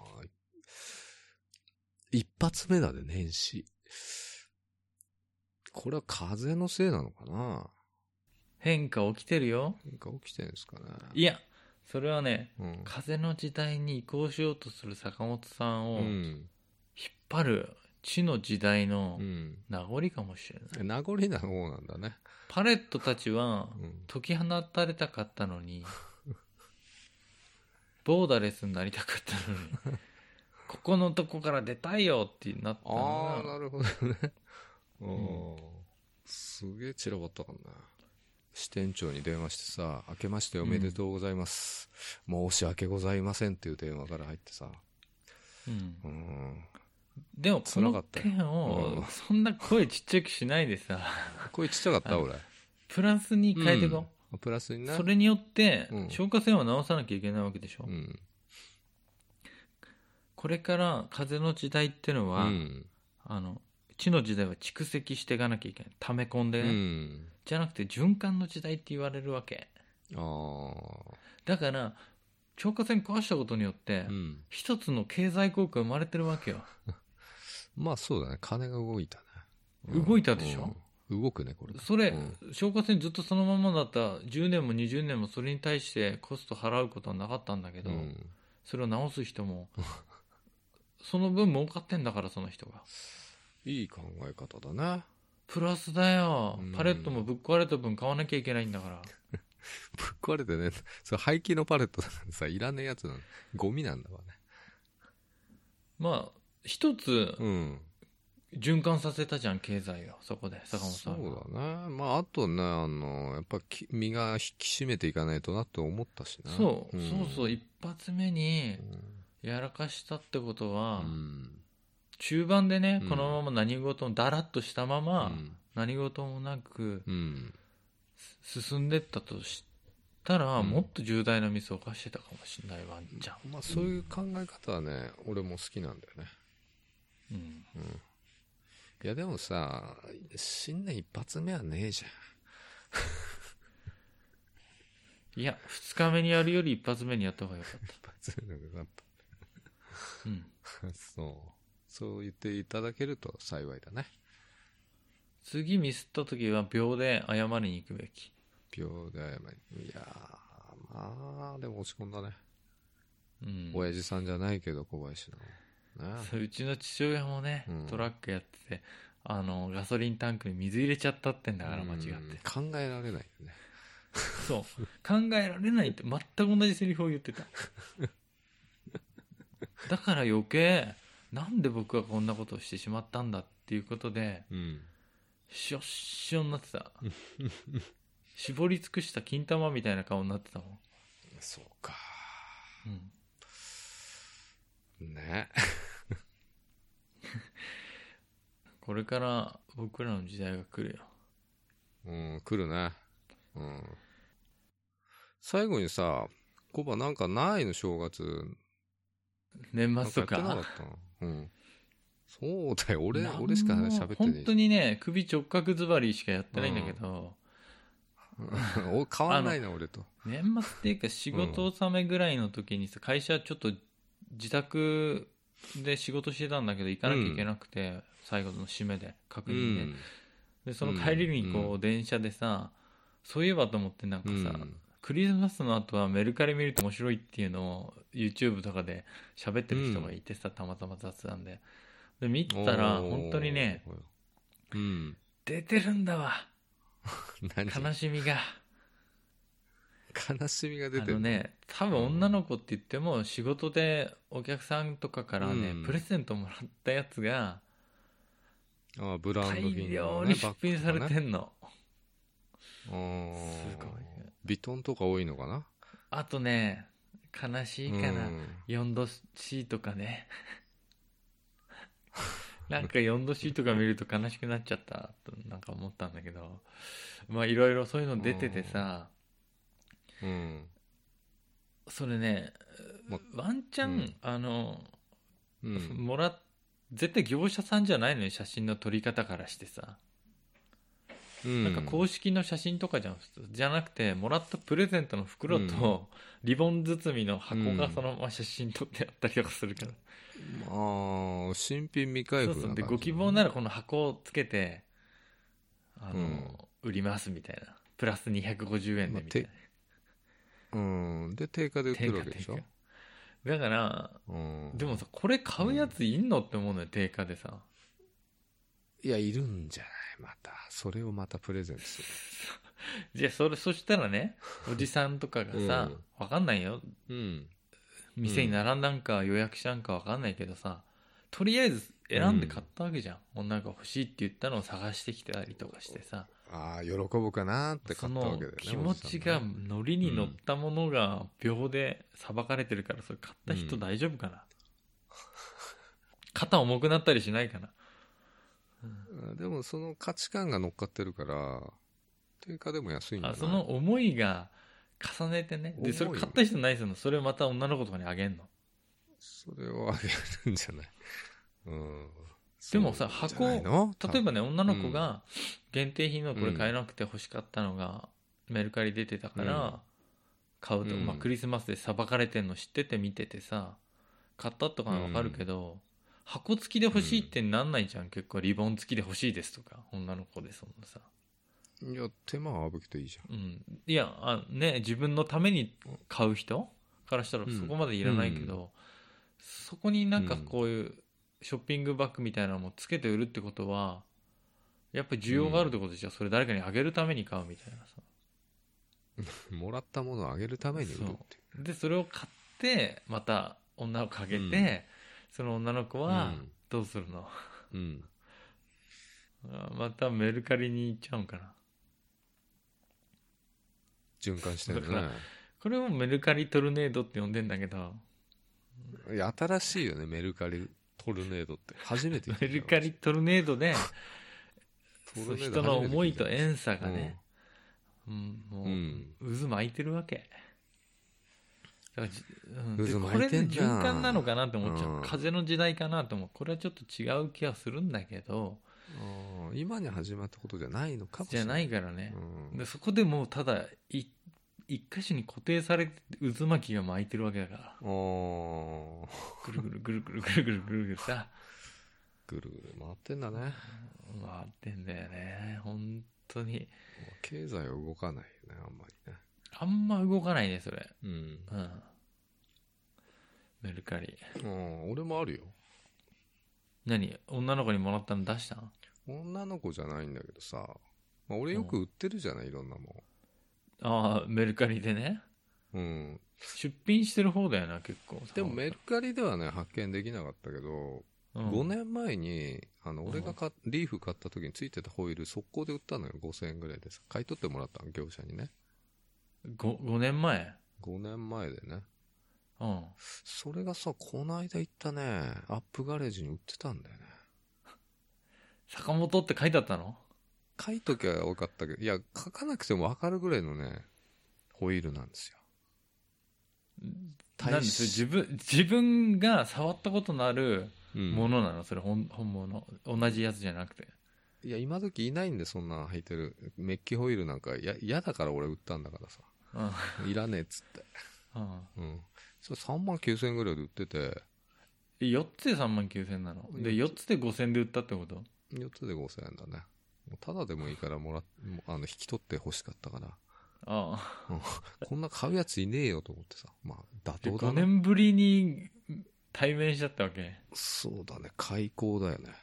一発目だね、年始。これは風のせいなのかな。 変化起きてるよ。 変化起きてるんですかね。 いや、それはね、風の時代に移行しようとする坂本さんを引っ張る地の時代の名残かもしれない。 名残な方なんだね。 パレットたちは解き放たれたかったのに、ボーダレスになりたかったのにここのとこから出たいよってなったのが。 なるほどね。すげえ散らばったかな。支店長に電話してさ、明けましておめでとうございます、申し訳ございませんっていう電話から入ってさ、 でもこの件をそんな声ちっちゃくしないでさ、 声ちっちゃかった俺。 プラスに変えていこう。プラスにね。 それによって消火栓を直さなきゃいけないわけでしょ。これから風の時代ってのは、地の時代は蓄積していかなきゃいけない。溜め込んでね、じゃなくて循環の時代って言われるわけ。だから消火栓壊したことによって、一つの経済効果生まれてるわけよ。 まあそうだね、金が動いたね。 動いたでしょ。 動くねこれ。 それ、消火栓ずっとそのままだった10年も20年もそれに対してコスト払うことはなかったんだけど、それを直す人もその分儲かってんだから、その人が。 いい考え方だね。 プラスだよ。パレットもぶっ壊れた分買わなきゃいけないんだからぶっ壊れてね、それ廃棄のパレットだからさ、いらねえやつなの、ゴミなんだわね。 まあ一つ、循環させたじゃん、経済を。そこで坂本さん。 そうだね。まああとね、やっぱ身が引き締めていかないとなって思ったしね。 そうそう一発目にやらかしたってことは、中盤でね、このまま何事もだらっとしたまま、何事もなく、進んでったとしたら、もっと重大なミスを犯してたかもしれないワンちゃん。 まあそういう考え方はね、俺も好きなんだよね。いやでもさ、新年一発目はねえじゃん。いや、2日目にやるより一発目にやった方がよかった。 一発目の方がよかった。そう言っていただけると幸いだね。 次ミスった時は秒で謝りに行くべき。 秒で謝り。いやー、まあでも落ち込んだね。親父さんじゃないけど小林の。 うちの父親もね、トラックやってて、ガソリンタンクに水入れちゃったってんだから、間違って。 考えられないよね。 そう。考えられないって全く同じセリフを言ってた。だから余計、なんで僕はこんなことをしてしまったんだっていうことで、しょっしょになってた。絞り尽くした金玉みたいな顔になってたもん。 そうか。ね。 これから僕らの時代が来るよ。 来るね。最後にさ、コバなんかないの正月。 年末とか。 やってなかったの？そうだよ、俺しか喋ってない。 本当にね、首直角ズバリしかやってないんだけど。 変わんないな、俺と。 年末っていうか仕事納めぐらいの時にさ、会社ちょっと自宅で仕事してたんだけど行かなきゃいけなくて、最後の締めで確認で、でその帰りにこう電車でさ、そういえばと思ってなんかさ、クリスマスの後はメルカリ見ると面白いっていうのを YouTube とかで喋ってる人がいてさ、たまたま雑談で見たら本当にね、出てるんだわ。悲しみが出てるね。多分女の子って言っても仕事でお客さんとかからね、プレゼントもらったやつがブランド品、 大量に出品されてんの。 すごい。ビトンとか多いのかな。 あとね、悲しいかな、4度 C とかね。なんか4度 C とか見ると悲しくなっちゃったとなんか思ったんだけど、まあいろいろそういうの出ててさ、それね、ワンチャン、絶対業者さんじゃないのよ、写真の撮り方からしてさ。なんか公式の写真とかじゃなくて、もらったプレゼントの袋とリボン包みの箱がそのまま写真撮ってあったりとかするから。 新品未開封な感じ。 でご希望ならこの箱をつけて売りますみたいな、プラス250円でみたいな、で定価で売ってるわけでしょ。 だから、でもさ、これ買うやついんのって思うのよ、定価でさ。 いや、いるんじゃない、またそれをまたプレゼントする。 じゃあそしたらね、おじさんとかがさ、わかんないよ、店に並んだんか予約したんかわかんないけどさ、とりあえず選んで買ったわけじゃん、女が欲しいって言ったのを探してきたりとかしてさ、 喜ぶかなって買ったわけだよね。 その気持ちがノリに乗ったものが秒でさばかれてるから、それ買った人大丈夫かな、肩重くなったりしないかな。 でもその価値観が乗っかってるから定価でも安いんじゃない？ その思いが重ねてね、でそれ買った人ないするの、それをまた女の子とかにあげんの。 それをあげるんじゃない？ でもさ、箱、例えばね、女の子が限定品のこれ買えなくて欲しかったのがメルカリ出てたから買うと、クリスマスでさばかれてんの知ってて見ててさ、買ったとかはわかるけど、 箱付きで欲しいってなんないじゃん、結構リボン付きで欲しいですとか女の子でそんなさ。 いや手間は省くといいじゃん。 いや自分のために買う人からしたらそこまでいらないけど、そこになんかこういうショッピングバッグみたいなのもつけて売るってことはやっぱり需要があるってことじゃ、それ誰かにあげるために買うみたいなさもらったものをあげるために売るっていう。 でそれを買ってまた女をかけて、その女の子はどうするの、またメルカリに行っちゃうんかな。 循環してるね。 これをメルカリトルネードって呼んでんだけど、 いや新しいよね、メルカリトルネードって初めて聞いた。 メルカリトルネードで人の思いと遠さがね、もう渦巻いてるわけだから、これで循環なのかなって思っちゃう、風の時代かなと思う。これはちょっと違う気がするんだけど、 今に始まったことじゃないのかもしれない。 じゃないからね、でそこでもうただ一箇所に固定されて渦巻きが巻いてるわけだから、ぐるぐるぐるぐるぐるぐるぐるぐるさ、 ぐるぐる回ってんだね。 回ってんだよね本当に。 経済は動かないよね、あんまりね。 あんま動かないねそれ。メルカリ。 俺もあるよ。 何、女の子にもらったの出したん？ 女の子じゃないんだけどさ、俺よく売ってるじゃない、いろんなもん。メルカリでね。出品してる方だよな結構。 でもメルカリではね発見できなかったけど、5年前に俺がリーフ買った時についてたホイール速攻で売ったのよ。5000円ぐらいでさ、買い取ってもらったの、業者にね。 5年前 5年前でね。それがさ、この間行ったねアップガレージに売ってたんだよね。 坂本って書いてあったの？ 書いときゃ多かったけど、いや書かなくても分かるぐらいのねホイールなんですよ。 なんです自分が触ったことのあるものなの、それ本物同じやつじゃなくて。 いや今時いないんで、そんな履いてるメッキホイールなんか嫌だから俺売ったんだからさ、いらねえっつって、それ3万9000円ぐらいで売ってて、 4つで3万9000円なので、4つで5000円で売ったってこと？ 4 つで5000円だね。ただでもいいから引き取って欲しかったから、こんな買うやついねえよと思ってさ、妥当だな。 5年ぶりに対面しちゃったわけ。 そうだね、開口だよね。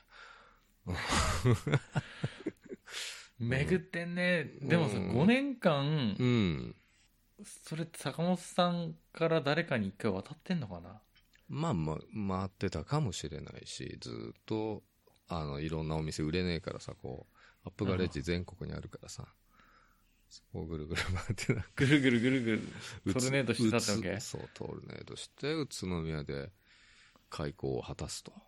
巡ってんね。でもさ、5年間、それ坂本さんから誰かに1回渡ってんのかな。 回ってたかもしれないし、ずっといろんなお店売れねえからさ、こうアップガレージ全国にあるからさ、そこをぐるぐる回ってな、 ぐるぐるぐるぐるトルネードしてたってわけ？ そう、トルネードして宇都宮で開口を果たすと。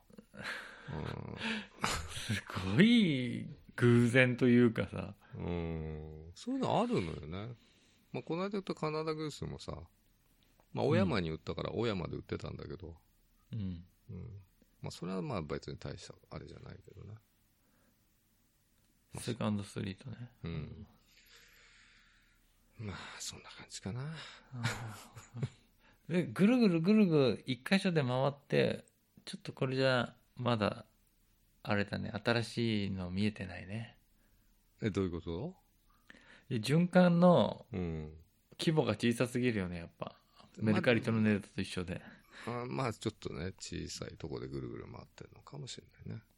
すごい偶然というかさ、 そういうのあるのよね。この間言ったカナダグースもさ、小山に売ったから小山で売ってたんだけど、それは別に大したあれじゃないけどね。 セカンドストリートね。 そんな感じかな。 でぐるぐるぐるぐる一箇所で回って、ちょっとこれじゃまだあれだね、新しいの見えてないね。 どういうこと？ 循環の規模が小さすぎるよね、やっぱ。メルカリトルネードと一緒で。 ちょっとね、小さいとこでぐるぐる回ってるのかもしれないね。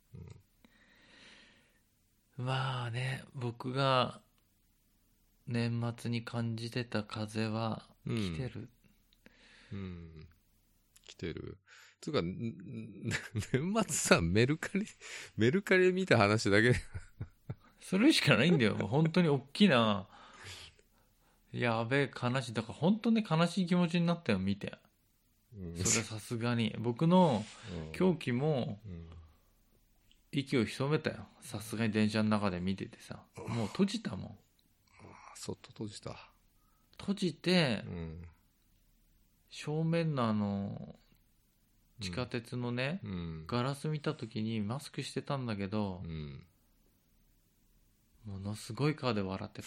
僕が年末に感じてた風は来てる。 来てる。つうか、年末さ、メルカリ見た話だけ。 それしかないんだよ。本当に大きな、やべえ、悲しい。だから本当に悲しい気持ちになったよ、見て。それはさすがに。僕の狂気も、息を潜めたよ。さすがに電車の中で見ててさ。もう閉じたもん。 そっと閉じた。 閉じて、正面の地下鉄のね、ガラス見た時にマスクしてたんだけど、ものすごい顔で笑ってた。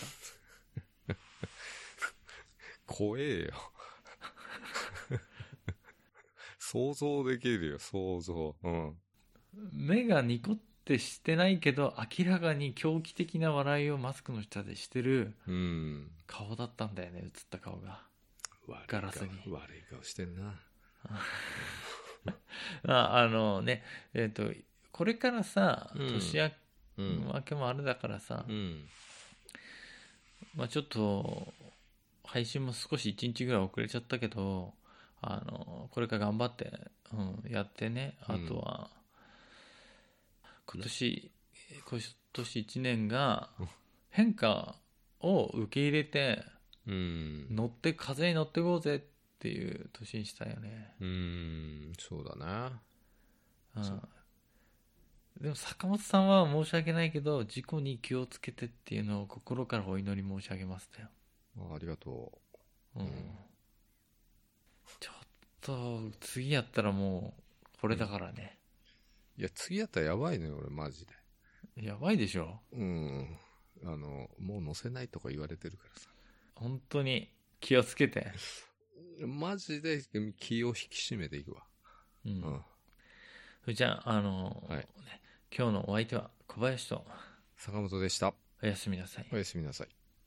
怖えよ。 想像できるよ、想像。うん。 目がニコってしてないけど、明らかに狂気的な笑いをマスクの下でしてる顔だったんだよね、映った顔が。ガラスに。 悪い顔してんな。 ね、これからさ、年明けもあれだからさ、まあちょっと、配信も少し1日ぐらい遅れちゃったけど、これから頑張って、やってね、あとは、今年1年が変化を受け入れて、風に乗っていこうぜっていう年にしたよね。 そうだな。 でも坂本さんは申し訳ないけど、事故に気をつけてっていうのを心からお祈り申し上げますだよ。 ありがとう。 ちょっと次やったらもうこれだからね。 いや、次やったらやばいのよ、俺マジで。 やばいでしょ。 もう乗せないとか言われてるからさ。 本当に気をつけて。 マジで気を引き締めていくわ。 じゃあ、ね、今日のお相手は小林と坂本でした。 おやすみなさい。 おやすみなさい。